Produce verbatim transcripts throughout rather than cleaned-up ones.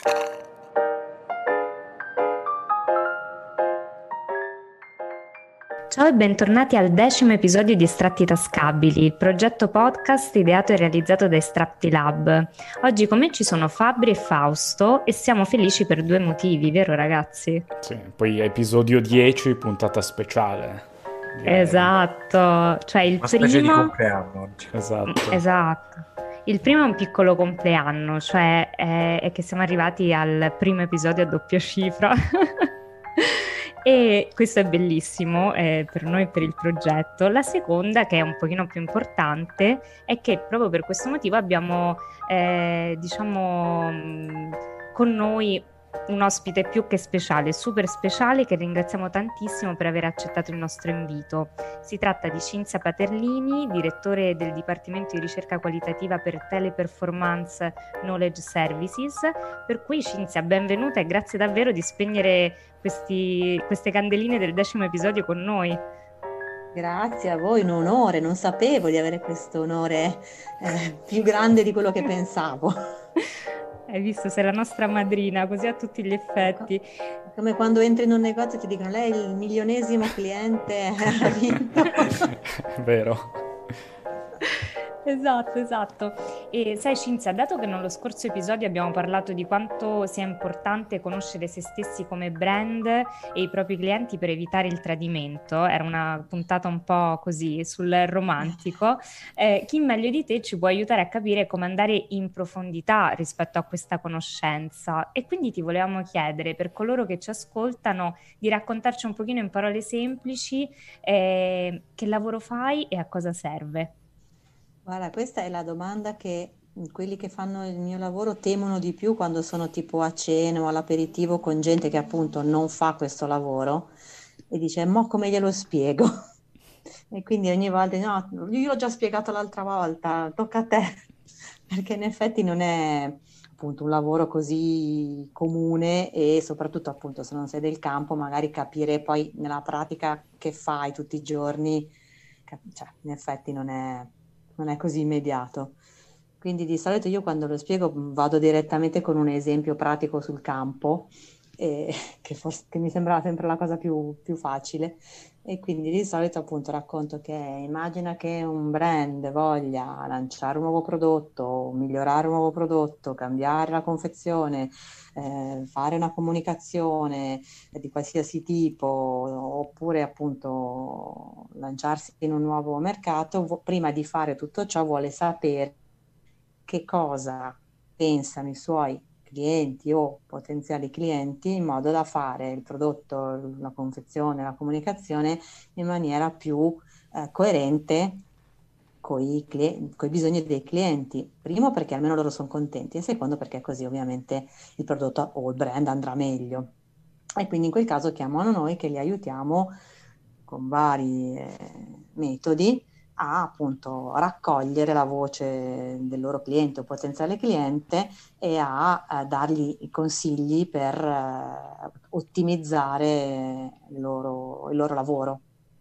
Ciao e bentornati al decimo episodio di Estratti Tascabili, il progetto podcast ideato e realizzato da Estratti Lab. Oggi con me ci sono Fabri e Fausto e siamo felici per due motivi, vero ragazzi? Sì, poi episodio dieci, puntata speciale, direi. Esatto, cioè il Una specie di primo... compleanno oggi. Esatto. Esatto. Il primo è un piccolo compleanno, cioè è, è che siamo arrivati al primo episodio a doppia cifra. E questo è bellissimo eh, per noi e per il progetto. La seconda, che è un pochino più importante, è che proprio per questo motivo abbiamo, eh, diciamo, mh, con noi un ospite più che speciale, super speciale, che ringraziamo tantissimo per aver accettato il nostro invito. Si tratta di Cinzia Paterlini, direttore del Dipartimento di Ricerca Qualitativa per Teleperformance Knowledge Services. Per cui Cinzia, benvenuta e grazie davvero di spegnere questi, queste candeline del decimo episodio con noi. Grazie a voi, un onore, non sapevo di avere questo onore eh, più grande di quello che pensavo. Hai visto, sei la nostra madrina, così a tutti gli effetti. È come quando entri in un negozio e ti dicono lei è il milionesimo cliente, ha vinto. Vero. Esatto, esatto. E sai Cinzia, dato che nello scorso episodio abbiamo parlato di quanto sia importante conoscere se stessi come brand e i propri clienti per evitare il tradimento, era una puntata un po' così sul romantico, eh, chi meglio di te ci può aiutare a capire come andare in profondità rispetto a questa conoscenza. E quindi ti volevamo chiedere, per coloro che ci ascoltano, di raccontarci un pochino in parole semplici eh, che lavoro fai e a cosa serve. Guarda, questa è la domanda che quelli che fanno il mio lavoro temono di più quando sono tipo a cena o all'aperitivo con gente che appunto non fa questo lavoro e dice, mo come glielo spiego? E quindi ogni volta, no, io l'ho già spiegato l'altra volta, tocca a te, perché in effetti non è appunto un lavoro così comune e soprattutto appunto se non sei del campo, magari capire poi nella pratica che fai tutti i giorni, cap- cioè in effetti non è non è così immediato. Quindi di solito io quando lo spiego mh, vado direttamente con un esempio pratico sul campo, eh, che, forse, che mi sembra sempre la cosa più, più facile. E quindi di solito appunto racconto che immagina che un brand voglia lanciare un nuovo prodotto, migliorare un nuovo prodotto, cambiare la confezione, eh, fare una comunicazione di qualsiasi tipo, oppure appunto lanciarsi in un nuovo mercato, prima di fare tutto ciò vuole sapere che cosa pensano i suoi clienti o potenziali clienti in modo da fare il prodotto, la confezione, la comunicazione in maniera più eh, coerente con i bisogni dei clienti. Primo perché almeno loro sono contenti e secondo perché così ovviamente il prodotto o il brand andrà meglio. E quindi in quel caso chiamano noi che li aiutiamo con vari eh, metodi a appunto raccogliere la voce del loro cliente o potenziale cliente e a, a dargli i consigli per eh, ottimizzare il loro, il loro lavoro.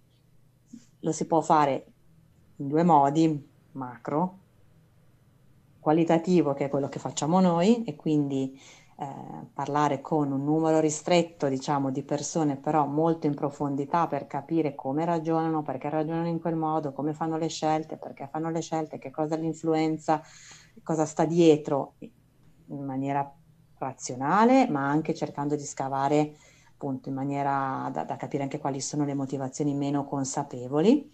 Lo si può fare in due modi, macro, qualitativo, che è quello che facciamo noi, e quindi eh, parlare con un numero ristretto, diciamo, di persone, però molto in profondità per capire come ragionano, perché ragionano in quel modo, come fanno le scelte, perché fanno le scelte, che cosa li influenza, cosa sta dietro, in maniera razionale, ma anche cercando di scavare appunto in maniera da, da capire anche quali sono le motivazioni meno consapevoli.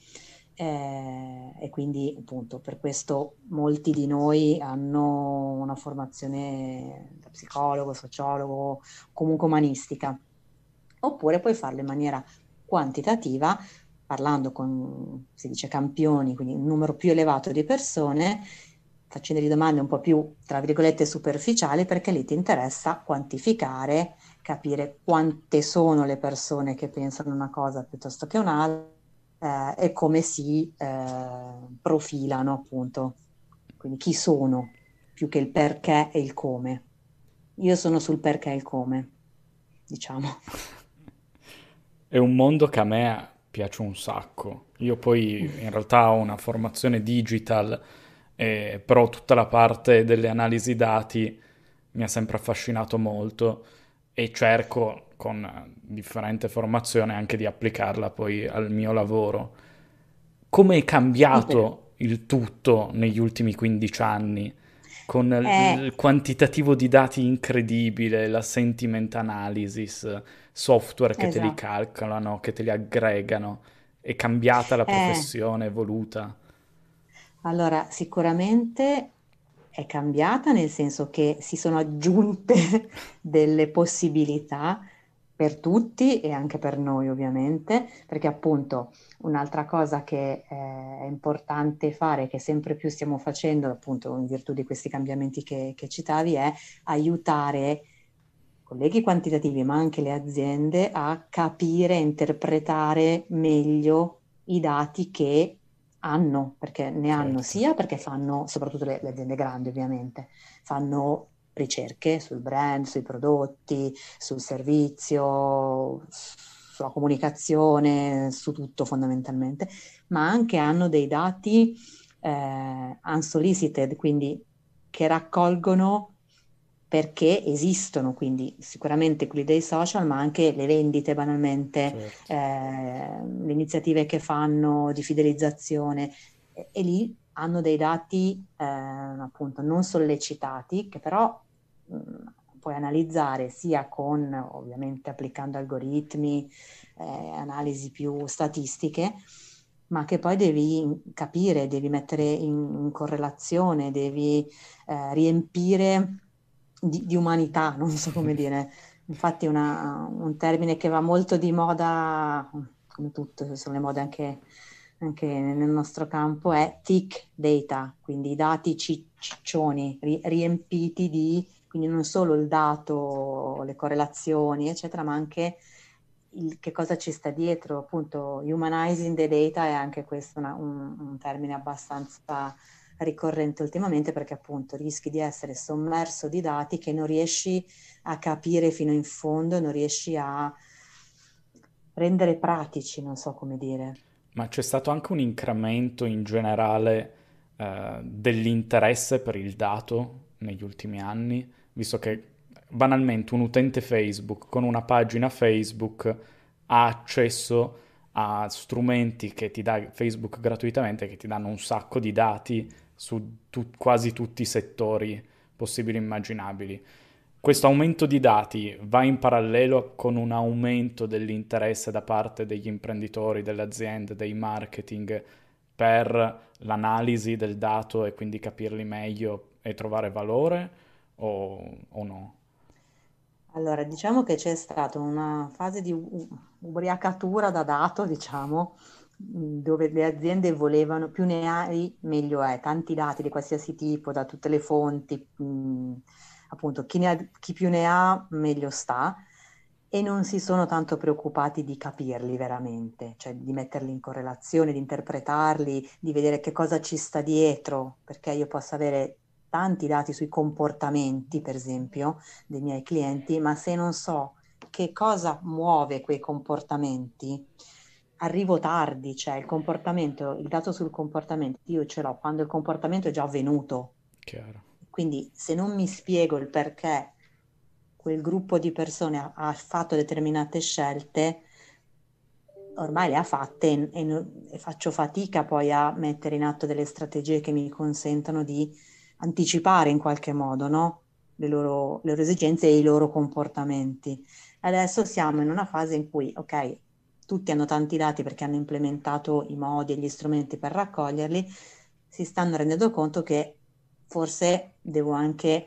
Eh, e quindi appunto per questo molti di noi hanno una formazione da psicologo, sociologo, comunque umanistica, oppure puoi farlo in maniera quantitativa, parlando con, si dice, campioni, quindi un numero più elevato di persone, facendogli domande un po' più, tra virgolette, superficiali, perché lì ti interessa quantificare, capire quante sono le persone che pensano una cosa piuttosto che un'altra, eh, e come si eh, profilano, appunto. Quindi chi sono, più che il perché e il come. Io sono sul perché e il come, diciamo. È un mondo che a me piace un sacco. Io poi in realtà ho una formazione digital, eh, però tutta la parte delle analisi dati mi ha sempre affascinato molto e cerco con eh, differente formazione anche di applicarla poi al mio lavoro. Come è Sì, per- cambiato il tutto negli ultimi quindici anni, con il eh, il quantitativo di dati incredibile, la sentiment analysis, software che te li esatto. calcolano, che te li aggregano. È cambiata la Eh, professione, è evoluta. allora, sicuramente è cambiata nel senso che si sono aggiunte delle possibilità per tutti e anche per noi, ovviamente, perché appunto un'altra cosa che eh, è importante fare, che sempre più stiamo facendo, appunto in virtù di questi cambiamenti che, che citavi, è aiutare colleghi quantitativi, ma anche le aziende a capire e interpretare meglio i dati che hanno, perché ne hanno Certo. sia perché fanno, soprattutto le, le aziende grandi ovviamente, fanno ricerche sul brand, sui prodotti, sul servizio, sulla comunicazione, su tutto fondamentalmente, ma anche hanno dei dati eh, unsolicited, quindi che raccolgono perché esistono, quindi sicuramente quelli dei social, ma anche le vendite banalmente, Certo. eh, le iniziative che fanno di fidelizzazione e, e lì hanno dei dati eh, appunto non sollecitati che però mh, puoi analizzare sia con ovviamente applicando algoritmi, eh, analisi più statistiche, ma che poi devi capire, devi mettere in, in correlazione, devi eh, riempire di, di umanità, non so come dire. Infatti una- un termine che va molto di moda, come tutto, sono le mode anche, anche nel nostro campo, è thick data, quindi i dati ci- ciccioni, ri- riempiti di, quindi non solo il dato, le correlazioni, eccetera, ma anche il, che cosa ci sta dietro, appunto, humanizing the data è anche questo una- un, un termine abbastanza ricorrente ultimamente perché appunto rischi di essere sommerso di dati che non riesci a capire fino in fondo, non riesci a rendere pratici, non so come dire. Ma c'è stato anche un incremento in generale eh, dell'interesse per il dato negli ultimi anni, visto che banalmente un utente Facebook con una pagina Facebook ha accesso a strumenti che ti dà Facebook gratuitamente, che ti danno un sacco di dati su tu- quasi tutti i settori possibili e immaginabili. Questo aumento di dati va in parallelo con un aumento dell'interesse da parte degli imprenditori, delle aziende, dei marketing per l'analisi del dato e quindi capirli meglio e trovare valore o, o no? Allora, diciamo che c'è stata una fase di u- ubriacatura da dato, diciamo, mh, dove le aziende volevano, più ne hai, meglio è, tanti dati di qualsiasi tipo, da tutte le fonti, mh, appunto, chi ne ha- chi più ne ha, meglio sta, e non si sono tanto preoccupati di capirli veramente, cioè di metterli in correlazione, di interpretarli, di vedere che cosa ci sta dietro, perché io posso avere tanti dati sui comportamenti, per esempio dei miei clienti, ma se non so che cosa muove quei comportamenti, arrivo tardi, cioè il comportamento, il dato sul comportamento, io ce l'ho quando il comportamento è già avvenuto. Chiaro. Quindi se non mi spiego il perché quel gruppo di persone ha, ha fatto determinate scelte, ormai le ha fatte e, e no- e faccio fatica poi a mettere in atto delle strategie che mi consentano di anticipare in qualche modo, no? Le loro, le loro esigenze e i loro comportamenti. Adesso siamo in una fase in cui, ok, tutti hanno tanti dati perché hanno implementato i modi e gli strumenti per raccoglierli, si stanno rendendo conto che forse devo anche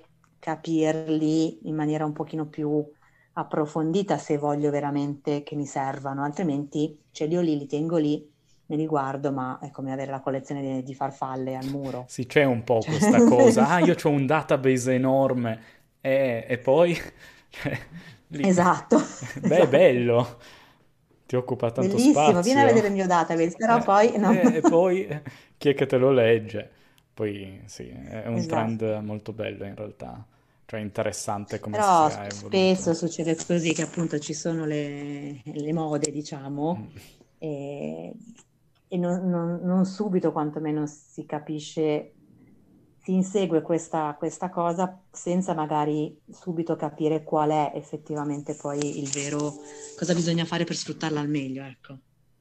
capirli in maniera un pochino più approfondita se voglio veramente che mi servano, altrimenti ce li ho lì, li tengo lì, me li guardo, ma è come avere la collezione di, di farfalle al muro. Sì, c'è un po' Cioè, questa cosa. Ah, io ho un database enorme e, e poi cioè, lì. esatto, Beh, è esatto. bello, ti occupa tanto Bellissimo, vieni a spazio. vedere il mio database, però Eh, poi non... eh, e poi eh, chi è che te lo legge? Poi sì, è un trend Esatto. molto bello in realtà, cioè interessante come Però sia sp- spesso evoluto. succede così che appunto ci sono le, le mode, diciamo, Mm. e, e non, non- non subito quantomeno si capisce si insegue questa, questa cosa senza magari subito capire qual è effettivamente poi il vero, cosa bisogna fare per sfruttarla al meglio, ecco.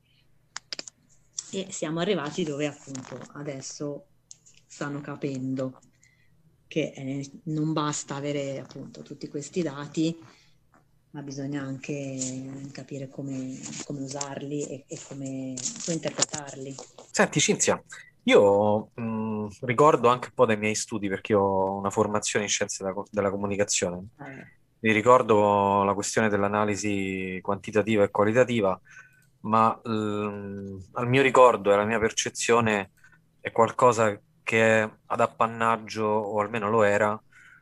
E siamo arrivati dove appunto adesso stanno capendo che eh, non basta avere appunto tutti questi dati, ma bisogna anche capire come, come usarli e, e come, come interpretarli. Senti, Cinzia, io mh, ricordo anche un po' dai miei studi, perché io ho una formazione in scienze della, della comunicazione. Eh, Mi ricordo la questione dell'analisi quantitativa e qualitativa, ma mh, al mio ricordo e alla mia percezione è qualcosa che è ad appannaggio, o almeno lo era,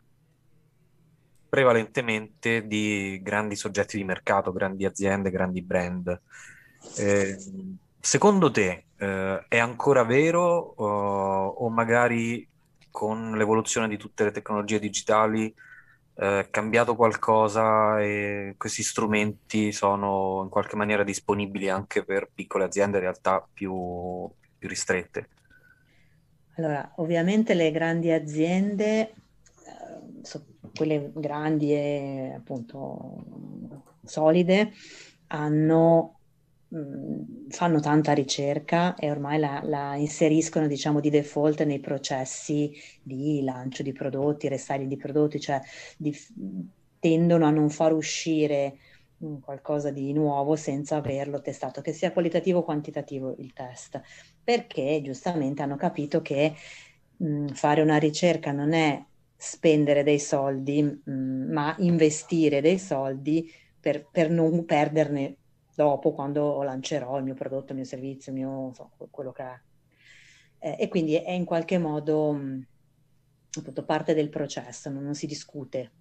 prevalentemente di grandi soggetti di mercato, grandi aziende, grandi brand. Eh, secondo te, eh, è ancora vero, o, o magari con l'evoluzione di tutte le tecnologie digitali, eh, è cambiato qualcosa e questi strumenti sono in qualche maniera disponibili anche per piccole aziende, in realtà più, più ristrette? Allora, ovviamente le grandi aziende, eh, so- quelle grandi e appunto solide, hanno, mh, fanno tanta ricerca e ormai la, la inseriscono, diciamo, di default nei processi di lancio di prodotti, restyling di prodotti, cioè di- tendono a non far uscire mh, qualcosa di nuovo senza averlo testato, che sia qualitativo o quantitativo il test, perché giustamente hanno capito che mh, fare una ricerca non è spendere dei soldi, mh, ma investire dei soldi per, per non perderne dopo, quando lancerò il mio prodotto, il mio servizio, il mio, insomma, quello che è. Eh, e quindi è in qualche modo mh, appunto parte del processo, non, non si discute.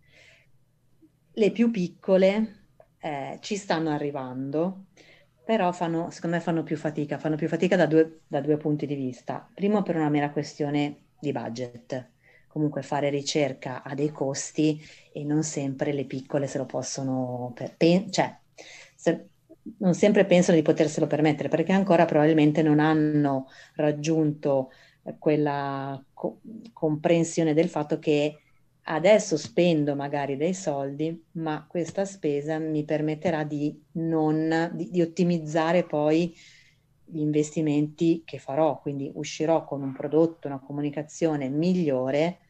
Le più piccole eh, ci stanno arrivando, però fanno, secondo me fanno più fatica, fanno più fatica da due, da due punti di vista. Primo, per una mera questione di budget. Comunque fare ricerca ha dei costi e non sempre le piccole se lo possono, per, pen, cioè, se, non sempre pensano di poterselo permettere, perché ancora probabilmente non hanno raggiunto eh, quella co- comprensione del fatto che adesso spendo magari dei soldi, ma questa spesa mi permetterà di, non, di, di ottimizzare poi gli investimenti che farò, quindi uscirò con un prodotto, una comunicazione migliore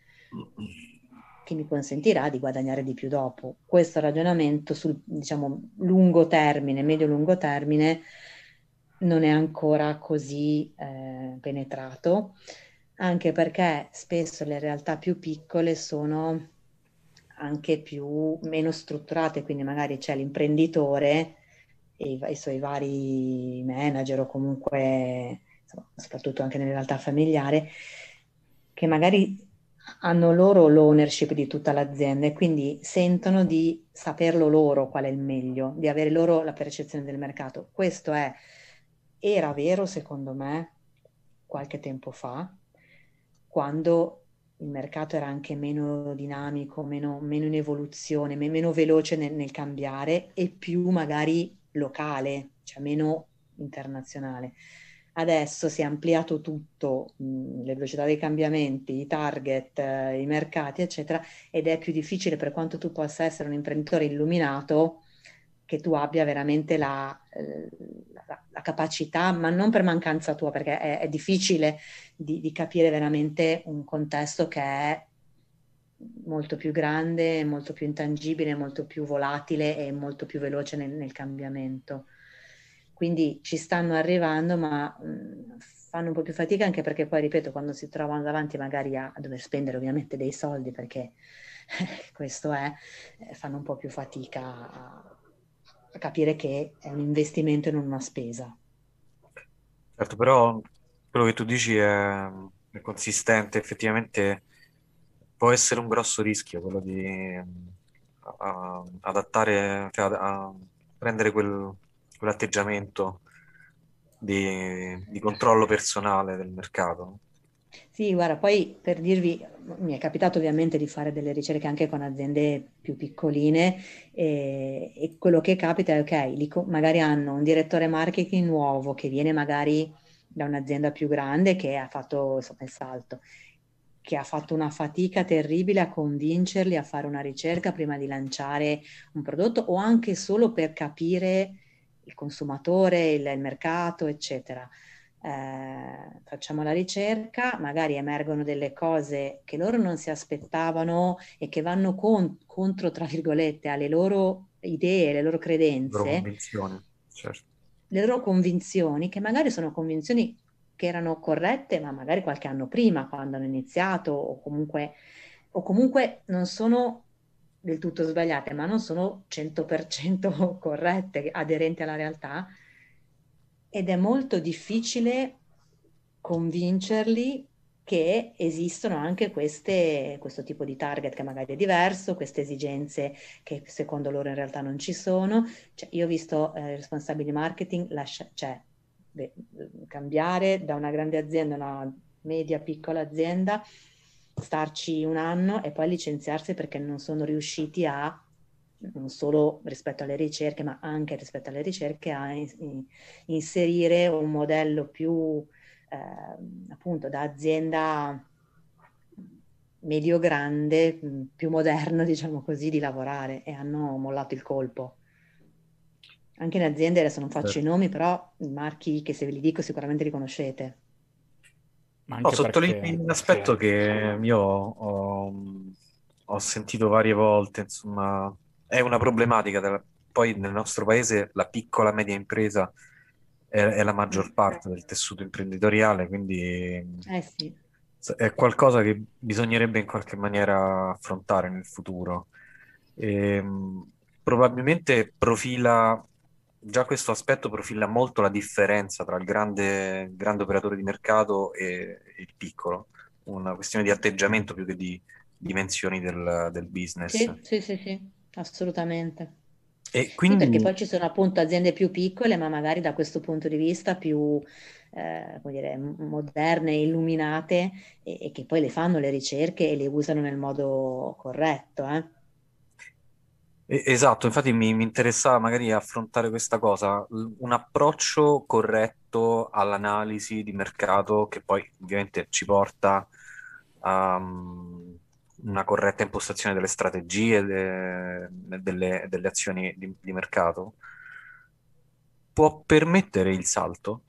che mi consentirà di guadagnare di più dopo. Questo ragionamento sul, diciamo, lungo termine, medio-lungo termine, non è ancora così eh, penetrato, anche perché spesso le realtà più piccole sono anche più meno strutturate, quindi magari c'è l'imprenditore e i, i suoi vari manager o comunque, insomma, soprattutto anche nelle realtà familiari, che magari hanno loro l'ownership di tutta l'azienda e quindi sentono di saperlo loro qual è il meglio, di avere loro la percezione del mercato. Questo è, era vero secondo me qualche tempo fa, quando il mercato era anche meno dinamico, meno, meno in evoluzione, me- meno veloce nel, nel cambiare e più magari locale, cioè meno internazionale. Adesso si è ampliato tutto, mh, le velocità dei cambiamenti, i target, eh, i mercati, eccetera, ed è più difficile, per quanto tu possa essere un imprenditore illuminato, che tu abbia veramente la, eh, la, la capacità, ma non per mancanza tua, perché è, è difficile di, di capire veramente un contesto che è molto più grande, molto più intangibile, molto più volatile e molto più veloce nel, nel cambiamento. Quindi ci stanno arrivando, ma mh, fanno un po' più fatica, anche perché poi, ripeto, quando si trovano davanti magari a, a dover spendere ovviamente dei soldi, perché questo è, eh, fanno un po' più fatica a, a capire che è un investimento e non una spesa. Certo, però quello che tu dici è, è consistente, effettivamente può essere un grosso rischio quello di eh, a- adattare, cioè a, a prendere quel, quell'atteggiamento di, di controllo personale del mercato. Sì, guarda, poi per dirvi, mi è capitato ovviamente di fare delle ricerche anche con aziende più piccoline e, e quello che capita è, ok, li co- magari hanno un direttore marketing nuovo che viene magari da un'azienda più grande che ha fatto insomma, il salto, che ha fatto una fatica terribile a convincerli a fare una ricerca prima di lanciare un prodotto, o anche solo per capire il consumatore, il, il mercato, eccetera. Eh, facciamo la ricerca, magari emergono delle cose che loro non si aspettavano e che vanno con, contro, tra virgolette, alle loro idee, alle loro loro credenze, convinzioni, certo. le loro convinzioni, che magari sono convinzioni che erano corrette, ma magari qualche anno prima, quando hanno iniziato, o comunque, o comunque non sono del tutto sbagliate, ma non sono cento per cento corrette, aderenti alla realtà, ed è molto difficile convincerli che esistono anche queste, questo tipo di target che magari è diverso, queste esigenze che secondo loro in realtà non ci sono. Cioè, io ho visto eh, responsabili marketing lascia, cioè, beh, cambiare da una grande azienda a una media piccola azienda, starci un anno e poi licenziarsi perché non sono riusciti a, non solo rispetto alle ricerche, ma anche rispetto alle ricerche, a in, inserire un modello più eh, appunto da azienda medio-grande, più moderno, diciamo così, di lavorare, e hanno mollato il colpo. Anche in aziende, adesso non faccio i nomi, però i marchi che se ve li dico sicuramente li conoscete. Ma No, anche sottolinei perché un aspetto che io ho, ho sentito varie volte, insomma, è una problematica. Della- poi nel nostro paese la piccola e media impresa è, è la maggior parte del tessuto imprenditoriale, quindi Eh sì. è qualcosa che bisognerebbe in qualche maniera affrontare nel futuro. Ehm, probabilmente profila, già questo aspetto profila molto la differenza tra il grande, il grande operatore di mercato e il piccolo, una questione di atteggiamento più che di dimensioni del, del business. Sì, sì, sì, sì, assolutamente. E Sì, perché quindi poi ci sono appunto aziende più piccole, ma magari da questo punto di vista più, eh, come dire, m- moderne, illuminate, e, e che poi le fanno le ricerche e le usano nel modo corretto, eh. E- Esatto, infatti mi, mi interessava magari affrontare questa cosa, l- un approccio corretto all'analisi di mercato che poi ovviamente ci porta a um, una corretta impostazione delle strategie, de- delle, delle azioni di, di mercato, può permettere il salto.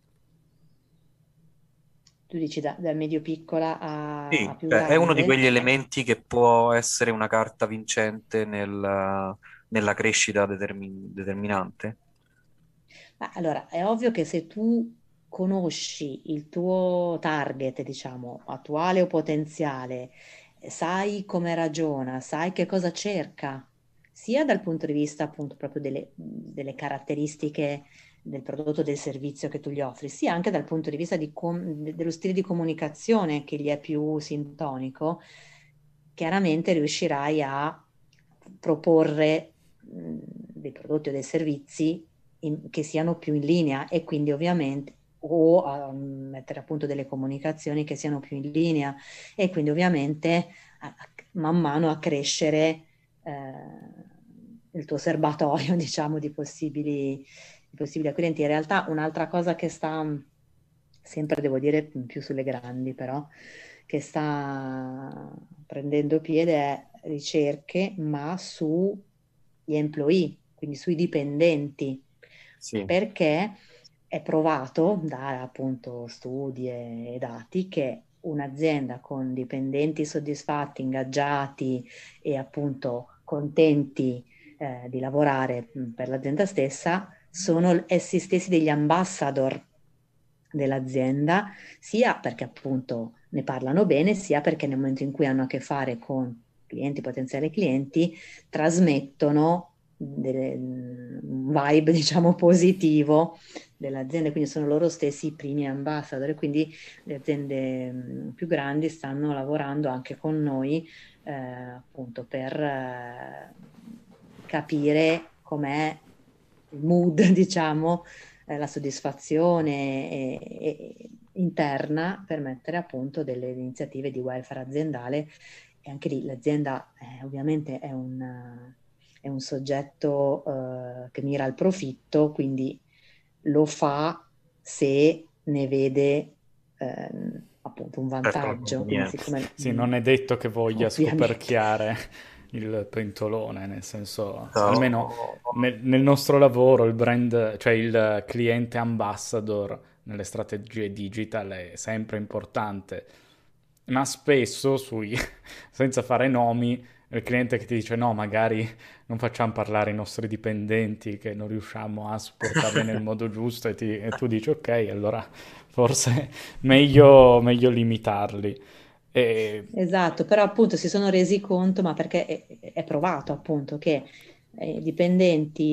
Tu dici da, da medio piccola a, a Sì, più cioè, è uno di grande. quegli elementi che può essere una carta vincente nel- nella crescita determin- determinante. Ma allora, è ovvio che se tu conosci il tuo target, diciamo, attuale o potenziale, eh, sai come ragiona, sai che cosa cerca, sia dal punto di vista appunto proprio delle, delle caratteristiche del prodotto o del servizio che tu gli offri, sia anche dal punto di vista di com- de- dello stile di comunicazione che gli è più sintonico, chiaramente riuscirai a proporre mh, dei prodotti o dei servizi in- che siano più in linea, e quindi ovviamente o a mettere a punto delle comunicazioni che siano più in linea, e quindi ovviamente a- a- man mano a crescere eh, il tuo serbatoio, diciamo, di possibili, di possibili acquirenti. In realtà un'altra cosa che sta, sempre devo dire più sulle grandi però, che sta prendendo piede è ricerche, ma sugli employee, quindi sui dipendenti, Sì. perché è provato da appunto studi e dati che un'azienda con dipendenti soddisfatti, ingaggiati e appunto contenti eh, di lavorare mh, per l'azienda stessa, sono essi stessi degli ambassador dell'azienda, sia perché appunto ne parlano bene, sia perché nel momento in cui hanno a che fare con clienti, potenziali clienti, trasmettono delle, un vibe, diciamo, positivo dell'azienda, quindi sono loro stessi i primi ambassador, e quindi le aziende mh, più grandi stanno lavorando anche con noi eh, appunto per eh, capire com'è il mood, diciamo, eh, la soddisfazione e- e- interna, per mettere a punto delle iniziative di welfare aziendale. E anche lì l'azienda eh, ovviamente è un, è un soggetto eh, che mira al profitto, quindi lo fa se ne vede ehm, appunto un Certo, non vantaggio, quindi conveniente. siccome Sì, mh, non è detto che voglia ovviamente, scoperchiare il pentolone, nel senso, almeno No. nel, nel nostro lavoro il brand, cioè il cliente ambassador nelle strategie digital è sempre importante, ma spesso sui, senza fare nomi, il cliente che ti dice no, magari non facciamo parlare i nostri dipendenti che non riusciamo a supportarli nel modo giusto e, ti- e tu dici ok, allora forse meglio, meglio limitarli. E esatto, però appunto si sono resi conto, ma perché è, è provato appunto che eh, i dipendenti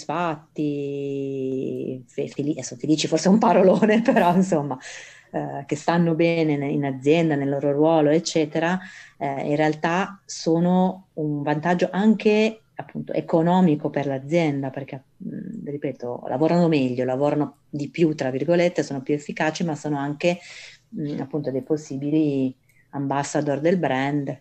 soddisfatti, fe- feli- adesso felici forse è un parolone, però insomma, eh, che stanno bene ne- in azienda, nel loro ruolo, eccetera, eh, in realtà sono un vantaggio anche appunto economico per l'azienda, perché, mh, ripeto, lavorano meglio, lavorano di più, tra virgolette, sono più efficaci, ma sono anche mh, appunto dei possibili ambassador del brand.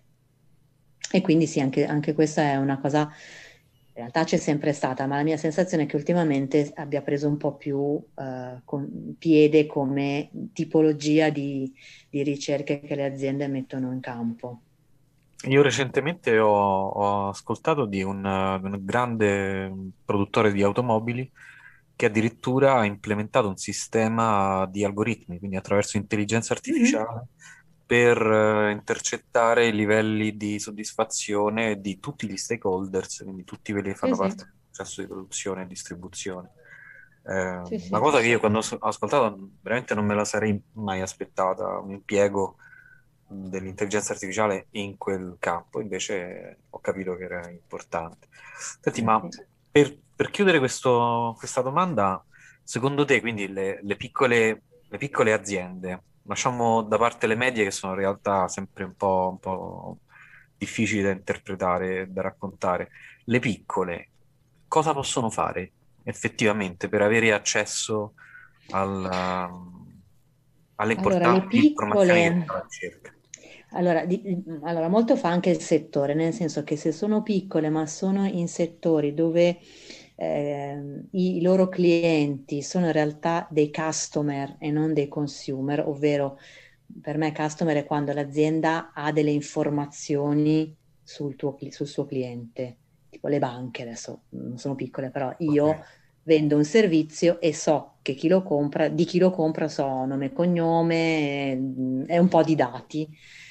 E quindi sì, anche, anche questa è una cosa, in realtà c'è sempre stata, ma la mia sensazione è che ultimamente abbia preso un po' più eh, con piede come tipologia di, di ricerche che le aziende mettono in campo. Io recentemente ho, ho ascoltato di un, un grande produttore di automobili che addirittura ha implementato un sistema di algoritmi, quindi attraverso intelligenza Mhm. artificiale, per eh, intercettare i livelli di soddisfazione di tutti gli stakeholders, quindi tutti quelli che Sì, fanno sì, parte del processo di produzione e distribuzione. Eh, sì, una sì. cosa che io quando ho ascoltato veramente non me la sarei mai aspettata, un impiego dell'intelligenza artificiale in quel campo, invece ho capito che era importante. Senti, Eh ma sì. per, per chiudere questo- questa domanda, secondo te, quindi le, le piccole, le piccole aziende, lasciamo da parte le medie che sono in realtà sempre un po', un po' difficili da interpretare e da raccontare, le piccole cosa possono fare effettivamente per avere accesso alla- alle Allora, le importanti informazioni che piccole, fa la ricerca? allora, di- allora, molto fa anche il settore, nel senso che se sono piccole ma sono in settori dove ehm, i, i loro clienti sono in realtà dei customer e non dei consumer, ovvero per me customer è quando l'azienda ha delle informazioni sul tuo, cli- sul suo cliente, tipo le banche adesso non sono piccole, però Ok. io vendo un servizio e so che chi lo compra, di chi lo compra so nome e cognome eh, e un po' di dati.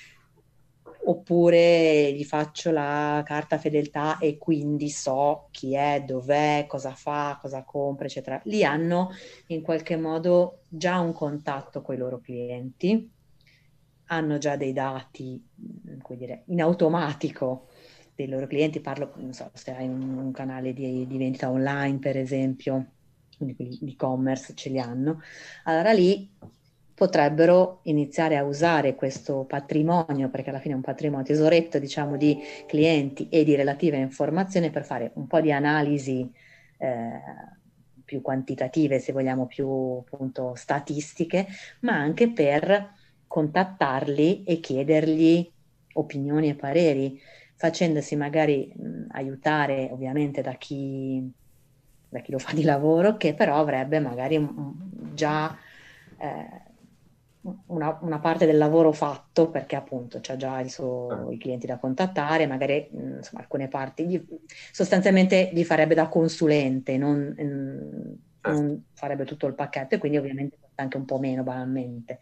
Oppure gli faccio la carta fedeltà e quindi so chi è, dov'è, cosa fa, cosa compra, eccetera. Lì hanno in qualche modo già un contatto con i loro clienti, hanno già dei dati, mh, come dire, in automatico dei loro clienti. Parlo, non so, se hai un, un canale di, di vendita online, per esempio, quindi quelli di e-commerce ce li hanno. Allora lì potrebbero iniziare a usare questo patrimonio, perché alla fine è un patrimonio, tesoretto, diciamo, di clienti e di relative informazioni per fare un po' di analisi eh, più quantitative, se vogliamo, più appunto statistiche, ma anche per contattarli e chiedergli opinioni e pareri, facendosi magari mh, aiutare ovviamente da chi, da chi lo fa di lavoro, che però avrebbe magari mh, già eh, una, una parte del lavoro fatto, perché appunto c'ha già il suo- i clienti da contattare, magari mh, insomma, alcune parti, gli- sostanzialmente gli farebbe da consulente, non, mh, Certo. non farebbe tutto il pacchetto e quindi ovviamente costa anche un po' meno banalmente.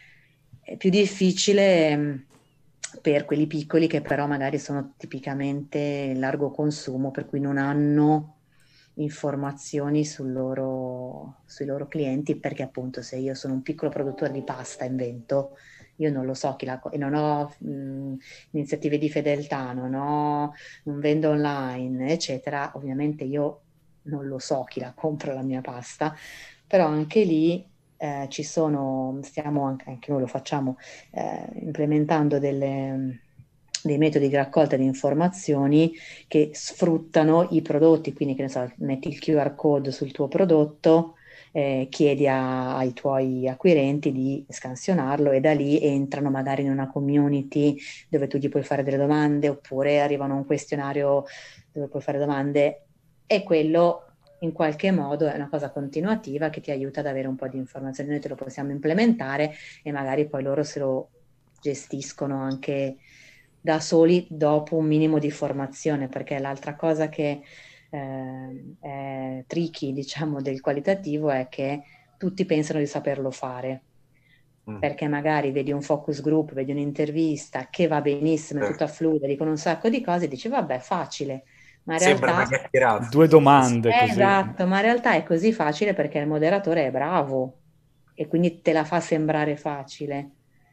È più difficile mh, per quelli piccoli che però magari sono tipicamente largo consumo, per cui non hanno informazioni sul loro- sui loro clienti, perché appunto se io sono un piccolo produttore di pasta, invento, io non lo so chi la, co- e non ho mh, iniziative di fedeltà, non ho, non vendo online, eccetera, ovviamente io non lo so chi la compra la mia pasta, però anche lì eh, ci sono, stiamo anche, anche noi lo facciamo, eh, implementando delle, dei metodi di raccolta di informazioni che sfruttano i prodotti, quindi che ne so, metti il Q R code sul tuo prodotto, eh, chiedi a- ai tuoi acquirenti di scansionarlo e da lì entrano magari in una community dove tu gli puoi fare delle domande oppure arrivano a un questionario dove puoi fare domande e quello in qualche modo è una cosa continuativa che ti aiuta ad avere un po' di informazioni. Noi te lo possiamo implementare e magari poi loro se lo gestiscono anche da soli dopo un minimo di formazione, perché l'altra cosa che eh, è tricky, diciamo, del qualitativo è che tutti pensano di saperlo fare, Mm. perché magari vedi un focus group, vedi un'intervista che va benissimo, è Eh, tutta fluida, dicono un sacco di cose e dici vabbè, facile, ma in Sembra una realtà chiacchierata. Due Sì, sì. domande eh, così. esatto, ma in realtà è così facile perché il moderatore è bravo e quindi te la fa sembrare facile,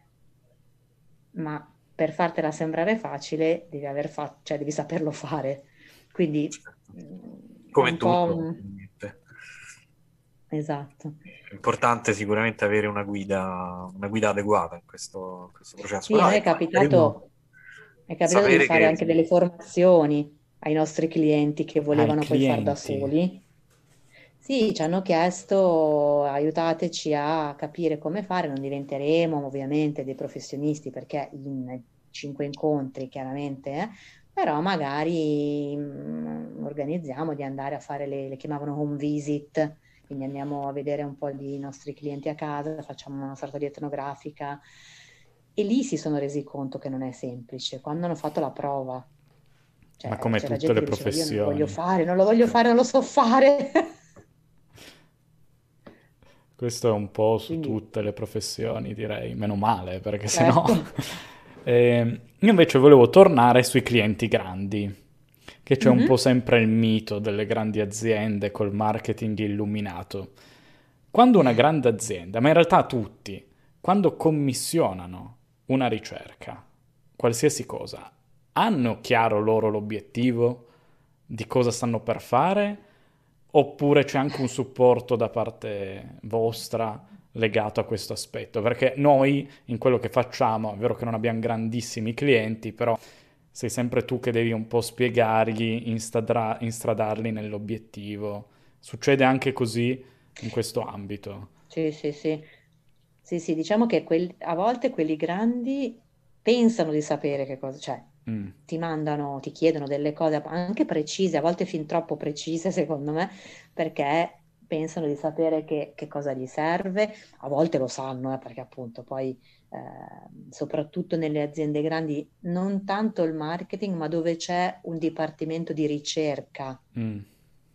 ma per fartela sembrare facile devi aver fatto, cioè devi saperlo fare. Quindi Certo. mm, è Come un po' tutto, un... ovviamente. Esatto. È importante sicuramente avere una guida, una guida adeguata in questo, in questo processo, Sì, a però noi è ecco, carino capitato, è capitato di sapere fare che anche delle formazioni ai nostri clienti che Ai volevano poi far da clienti. soli. Sì, ci hanno chiesto aiutateci a capire come fare, non diventeremo ovviamente dei professionisti perché in cinque incontri chiaramente, eh, però magari mm, organizziamo di andare a fare le, le chiamavano home visit, quindi andiamo a vedere un po' di nostri clienti a casa, facciamo una sorta di etnografica e lì si sono resi conto che non è semplice, quando hanno fatto la prova. Ma Cioè, come c'era tutte gente le che diceva io non lo voglio professioni. fare, non lo voglio fare, non lo so fare. Questo è un po' su Quindi, tutte le professioni, direi, meno male, perché sennò... certo. Eh, io invece volevo tornare sui clienti grandi, che c'è un po' Mhm. sempre il mito delle grandi aziende col marketing illuminato. Quando una grande azienda, ma in realtà tutti, quando commissionano una ricerca, qualsiasi cosa, hanno chiaro loro l'obiettivo di cosa stanno per fare? Oppure c'è anche un supporto da parte vostra legato a questo aspetto? Perché noi in quello che facciamo, è vero che non abbiamo grandissimi clienti, però sei sempre tu che devi un po' spiegargli, instadra- instradarli nell'obiettivo. Succede anche così in questo ambito. Sì, sì, sì. Sì, sì, diciamo che quel- a volte quelli grandi pensano di sapere che cosa, cioè Mm, ti mandano, ti chiedono delle cose anche precise, a volte fin troppo precise secondo me, perché pensano di sapere che, che cosa gli serve, a volte lo sanno, eh, perché appunto poi eh, soprattutto nelle aziende grandi non tanto il marketing, ma dove c'è un dipartimento di ricerca mm.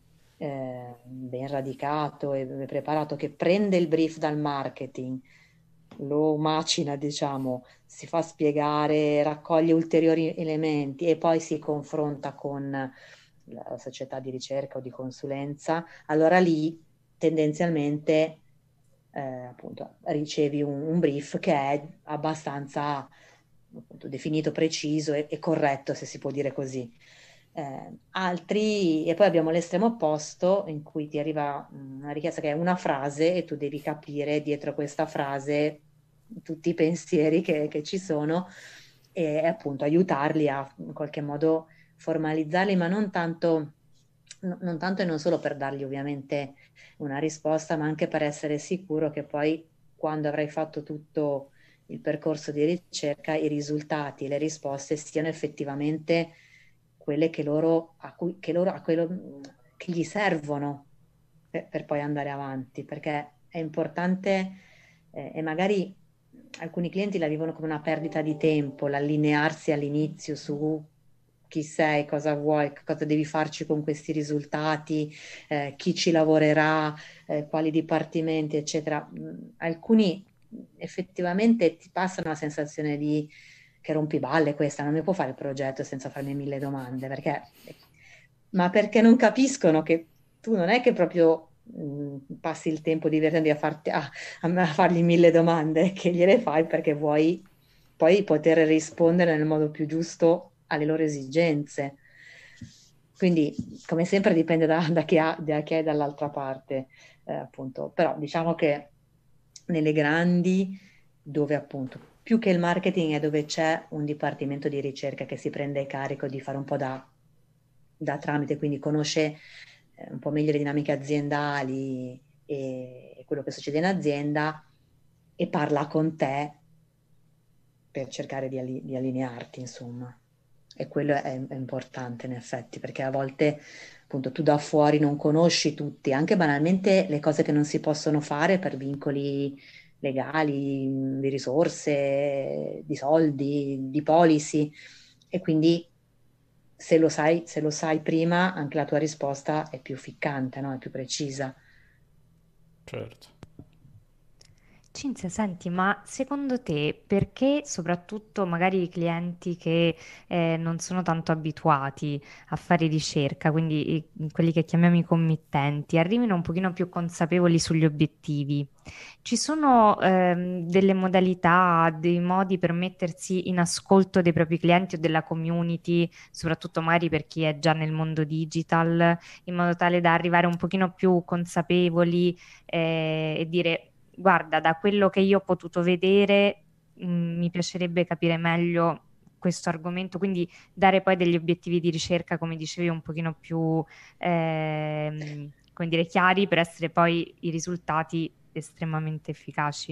eh, ben radicato e preparato che prende il brief dal marketing, lo macina, diciamo, si fa spiegare, raccoglie ulteriori elementi e poi si confronta con la società di ricerca o di consulenza, allora lì tendenzialmente eh, appunto ricevi un, un brief che è abbastanza appunto, definito, preciso e, e corretto, se si può dire così. Eh, altri, e poi abbiamo l'estremo opposto in cui ti arriva una richiesta che è una frase e tu devi capire dietro questa frase tutti i pensieri che, che ci sono e appunto aiutarli a in qualche modo formalizzarli, ma non tanto, no- non tanto e non solo per dargli ovviamente una risposta, ma anche per essere sicuro che poi quando avrai fatto tutto il percorso di ricerca, i risultati e le risposte siano effettivamente quelle che loro, a cui, che loro, a quello, che gli servono per, per poi andare avanti, perché è importante eh, e magari alcuni clienti la vivono come una perdita di tempo, l'allinearsi all'inizio su chi sei, cosa vuoi, cosa devi farci con questi risultati, eh, chi ci lavorerà, eh, quali dipartimenti, eccetera. Mm, Alcuni effettivamente ti passano una sensazione di che rompiballe questa, non mi può fare il progetto senza farmi mille domande, perché, ma perché non capiscono che tu non è che proprio mh, passi il tempo divertendo a, farti, a, a fargli mille domande, che gliele fai perché vuoi poi poter rispondere nel modo più giusto alle loro esigenze. Quindi, come sempre, dipende da, da chi ha, da chi è dall'altra parte, eh, appunto. Però diciamo che nelle grandi, dove appunto più che il marketing è dove c'è un dipartimento di ricerca che si prende carico di fare un po' da, da tramite, quindi conosce eh, un po' meglio le dinamiche aziendali e, e quello che succede in azienda e parla con te per cercare di, alli- di allinearti, insomma. E quello è, è importante in effetti, perché a volte appunto tu da fuori non conosci tutti, anche banalmente le cose che non si possono fare per vincoli legali, di risorse, di soldi, di policy, e quindi se lo sai, se lo sai prima, anche la tua risposta è più ficcante, no? È più precisa. Certo. Cinzia, senti, ma secondo te perché soprattutto magari i clienti che eh, non sono tanto abituati a fare ricerca, quindi i- quelli che chiamiamo i committenti, arrivino un pochino più consapevoli sugli obiettivi? Ci sono ehm, delle modalità, dei modi per mettersi in ascolto dei propri clienti o della community, soprattutto magari per chi è già nel mondo digital, in modo tale da arrivare un pochino più consapevoli eh, e dire guarda, da quello che io ho potuto vedere, mh, mi piacerebbe capire meglio questo argomento, quindi dare poi degli obiettivi di ricerca, come dicevi, un pochino più, ehm, come dire, chiari per essere poi i risultati estremamente efficaci.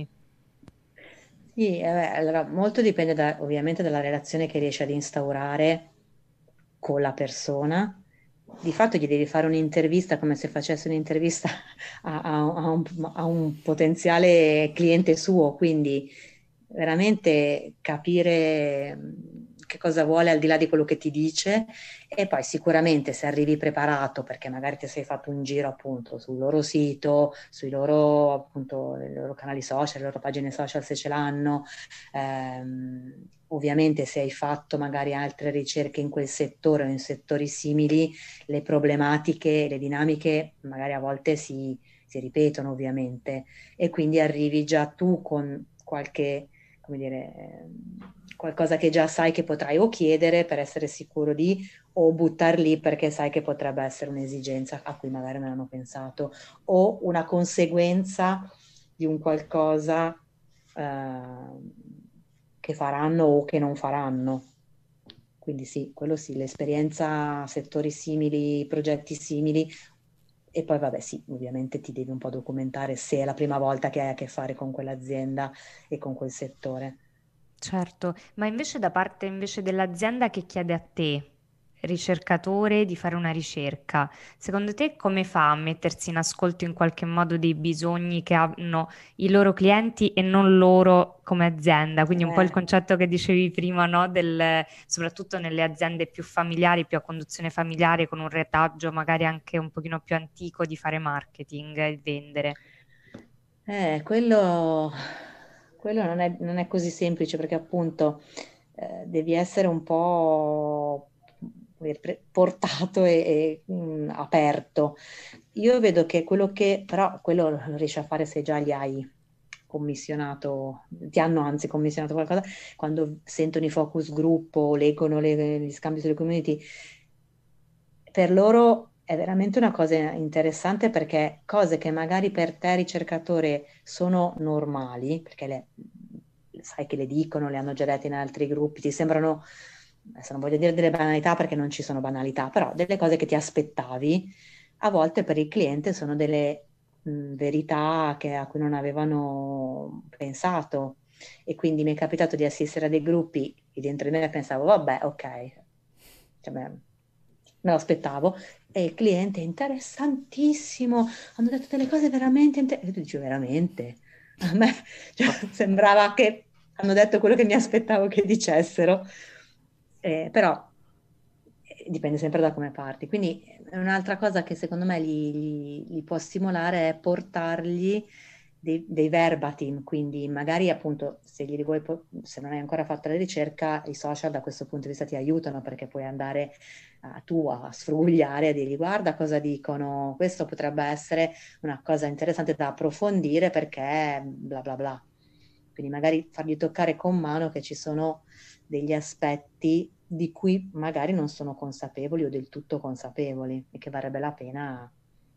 Sì, eh, beh, allora molto dipende da- ovviamente dalla relazione che riesci ad instaurare con la persona. Di fatto gli devi fare un'intervista come se facessi un'intervista a, a- a un, a un potenziale cliente suo, quindi veramente capire mh, che cosa vuole al di là di quello che ti dice, e poi sicuramente se arrivi preparato perché magari ti sei fatto un giro appunto sul loro sito, sui loro appunto, i loro canali social, le loro pagine social se ce l'hanno. Ehm, ovviamente se hai fatto magari altre ricerche in quel settore o in settori simili, le problematiche, le dinamiche magari a volte si, si ripetono ovviamente, e quindi arrivi già tu con qualche, come dire, ehm, qualcosa che già sai che potrai o chiedere per essere sicuro di, o buttar lì perché sai che potrebbe essere un'esigenza a cui magari non hanno pensato, o una conseguenza di un qualcosa eh, che faranno o che non faranno. Quindi sì, quello sì, l'esperienza, settori simili, progetti simili, e poi vabbè sì, ovviamente ti devi un po' documentare se è la prima volta che hai a che fare con quell'azienda e con quel settore. Certo, ma invece da parte invece dell'azienda che chiede a te, ricercatore, di fare una ricerca, secondo te come fa a mettersi in ascolto in qualche modo dei bisogni che hanno i loro clienti e non loro come azienda? Quindi un po' il Eh, concetto che dicevi prima, no? Del, soprattutto nelle aziende più familiari, più a conduzione familiare, con un retaggio magari anche un pochino più antico di fare marketing e vendere. Eh, quello, quello non è, non è così semplice perché appunto eh, devi essere un po' come dire, pre- portato e, e, mh, aperto. Io vedo che quello che, però quello lo riesci a fare se già li hai commissionato, ti hanno anzi commissionato qualcosa, quando sentono i focus group o leggono le- gli scambi sulle community, per loro è veramente una cosa interessante perché cose che magari per te ricercatore sono normali, perché le, sai che le dicono, le hanno già dette in altri gruppi, ti sembrano, adesso non voglio dire delle banalità perché non ci sono banalità, però delle cose che ti aspettavi, a volte per il cliente sono delle mh, verità che- a cui non avevano pensato. E quindi mi è capitato di assistere a dei gruppi e dentro di me pensavo, vabbè, ok, cioè, beh, me lo aspettavo, e il cliente interessantissimo, hanno detto delle cose veramente interessanti. E tu dici, veramente? A me cioè, sembrava che hanno detto quello che mi aspettavo che dicessero. Eh, però eh, dipende sempre da come parti. Quindi eh, un'altra cosa che secondo me li, li- li può stimolare è portargli dei, dei verbatim, quindi magari appunto se, gli vuoi po- se non hai ancora fatto la ricerca, i social da questo punto di vista ti aiutano perché puoi andare eh, tu a sfrugliare e dirgli guarda cosa dicono, questo potrebbe essere una cosa interessante da approfondire perché bla bla bla. Quindi magari fargli toccare con mano che ci sono degli aspetti di cui magari non sono consapevoli o del tutto consapevoli e che varrebbe la pena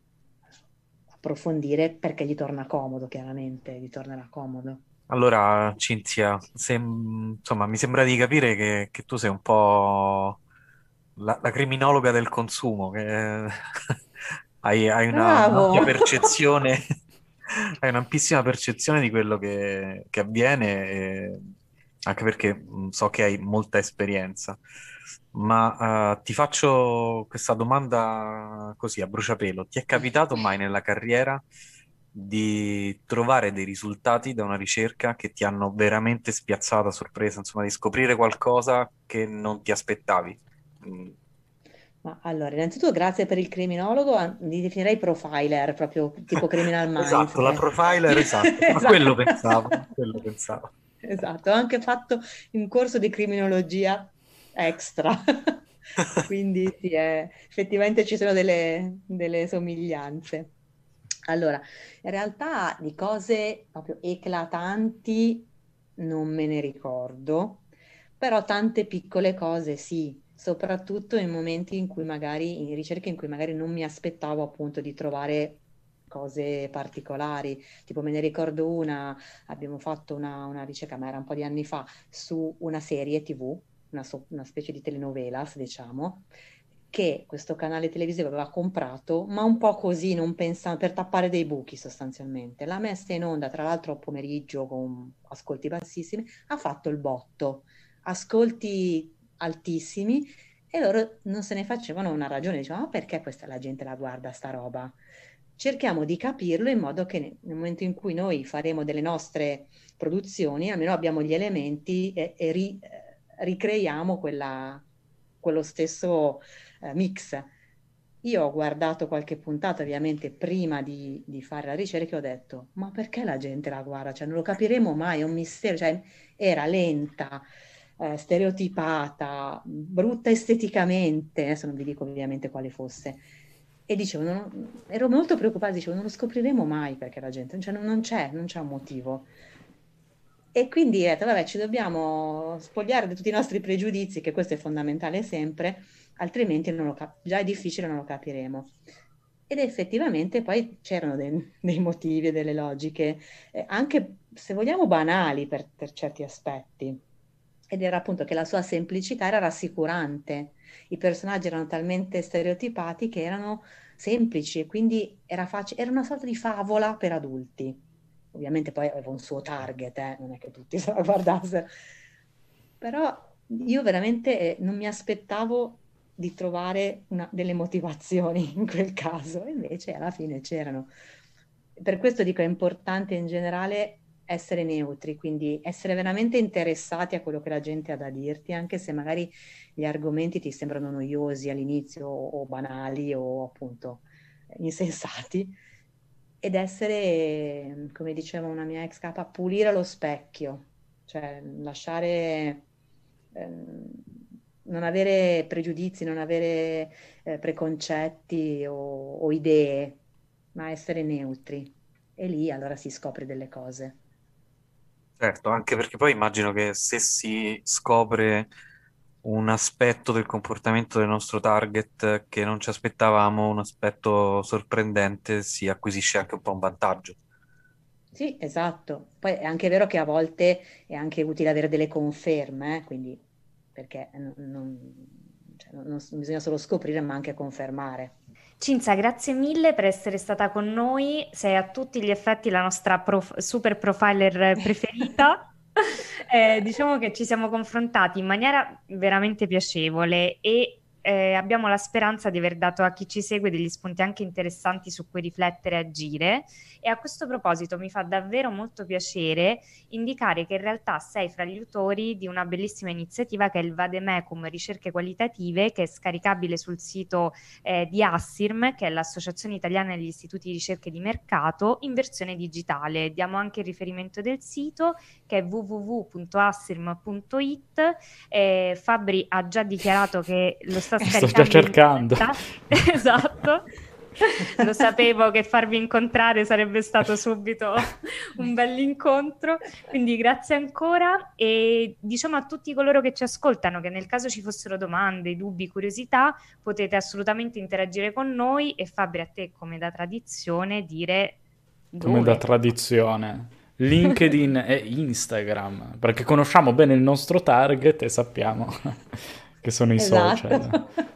approfondire perché gli torna comodo, chiaramente, gli tornerà comodo. Allora, Cinzia, sem- insomma, mi sembra di capire che, che tu sei un po' la, la criminologa del consumo, che hai, hai una- Bravo! un'ampia percezione, hai un'ampissima percezione di quello che, che avviene, e- anche perché mh, so che hai molta esperienza. Ma eh, ti faccio questa domanda così a bruciapelo. Ti è capitato mai nella carriera di trovare dei risultati da una ricerca che ti hanno veramente spiazzato a sorpresa, insomma, di scoprire qualcosa che non ti aspettavi? Mm. Ma allora, innanzitutto grazie per il criminologo, an- li definirei profiler, proprio tipo Criminal Minds. Esatto, la Che... profiler, esatto, a quello Esatto. pensavo, a quello pensavo. Esatto, ho anche fatto un corso di criminologia extra, quindi sì, eh, effettivamente ci sono delle, delle somiglianze. Allora, in realtà di cose proprio eclatanti non me ne ricordo, però tante piccole cose sì, soprattutto in momenti in cui magari, in ricerche in cui magari non mi aspettavo appunto di trovare cose particolari. Tipo me ne ricordo una, abbiamo fatto una, una ricerca, ma era un po' di anni fa, su una serie T V, una, so- una specie di telenovelas, diciamo, che questo canale televisivo aveva comprato, ma un po' così, non pensando, per tappare dei buchi sostanzialmente. L'ha messa in onda, tra l'altro, pomeriggio con ascolti bassissimi, ha fatto il botto, ascolti altissimi, e loro non se ne facevano una ragione, dicevano, ma perché questa la gente la guarda sta roba? Cerchiamo di capirlo in modo che nel momento in cui noi faremo delle nostre produzioni, almeno abbiamo gli elementi e, e ri- eh, ricreiamo quella- quello stesso eh, mix. Io ho guardato qualche puntata, ovviamente, prima di, di fare la ricerca e ho detto, ma perché la gente la guarda? Cioè, non lo capiremo mai, è un mistero. Cioè, era lenta, eh, stereotipata, brutta esteticamente, adesso non vi dico ovviamente quale fosse. E dicevo, non- ero molto preoccupata, dicevo, non lo scopriremo mai perché la gente, cioè, non, non c'è, non c'è un motivo. E quindi ho detto, vabbè, ci dobbiamo spogliare di tutti i nostri pregiudizi, che questo è fondamentale sempre, altrimenti non lo cap- già è difficile, non lo capiremo. Ed effettivamente poi c'erano dei, dei motivi e delle logiche, eh, anche se vogliamo banali per, per certi aspetti. Ed era appunto che la sua semplicità era rassicurante. I personaggi erano talmente stereotipati che erano semplici e quindi era facile, era una sorta di favola per adulti. Ovviamente poi aveva un suo target, eh, non è che tutti se la guardassero, però io veramente eh, non mi aspettavo di trovare una- delle motivazioni in quel caso, e invece alla fine c'erano. Per questo dico, è importante in generale essere neutri, quindi essere veramente interessati a quello che la gente ha da dirti, anche se magari gli argomenti ti sembrano noiosi all'inizio o banali o appunto insensati, ed essere, come diceva una mia ex capa, pulire lo specchio, cioè lasciare, ehm, non avere pregiudizi, non avere eh, preconcetti o, o idee, ma essere neutri. E lì allora si scopre delle cose. Certo, anche perché poi immagino che se si scopre un aspetto del comportamento del nostro target che non ci aspettavamo, un aspetto sorprendente, si acquisisce anche un po' un vantaggio. Sì, esatto. Poi è anche vero che a volte è anche utile avere delle conferme, eh, quindi perché non, non- cioè, non- non bisogna solo scoprire, ma anche confermare. Cinzia, grazie mille per essere stata con noi. Sei a tutti gli effetti la nostra prof- super profiler preferita. Eh, diciamo che ci siamo confrontati in maniera veramente piacevole e eh, abbiamo la speranza di aver dato a chi ci segue degli spunti anche interessanti su cui riflettere e agire. E a questo proposito mi fa davvero molto piacere indicare che in realtà sei fra gli autori di una bellissima iniziativa che è il Vademecum Ricerche Qualitative, che è scaricabile sul sito eh, di Assirm, che è l'Associazione Italiana degli Istituti di Ricerca e di Mercato, in versione digitale. Diamo anche il riferimento del sito, che è w w w punto assirm punto i t. Eh, Fabri ha già dichiarato che lo sta Sto già scaricando in cercando. diretta. Esatto. Lo sapevo che farvi incontrare sarebbe stato subito un bell'incontro, quindi grazie ancora e diciamo a tutti coloro che ci ascoltano che nel caso ci fossero domande, dubbi, curiosità, potete assolutamente interagire con noi e Fabri, a te come da tradizione dire Come da dove. tradizione. LinkedIn e Instagram, perché conosciamo bene il nostro target e sappiamo che sono i Esatto. social.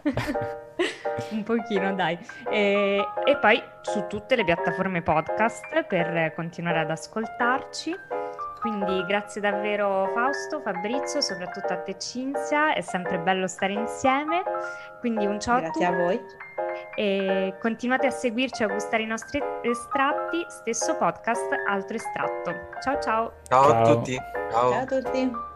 Un pochino, dai. E, e poi su tutte le piattaforme podcast per continuare ad ascoltarci. Quindi grazie davvero Fausto, Fabrizio, soprattutto a te Cinzia, è sempre bello stare insieme. Quindi un ciao Grazie a a tutti voi. e continuate a seguirci e a gustare i nostri estratti, stesso podcast, altro estratto. Ciao ciao! Ciao a Ciao. tutti. Ciao a tutti.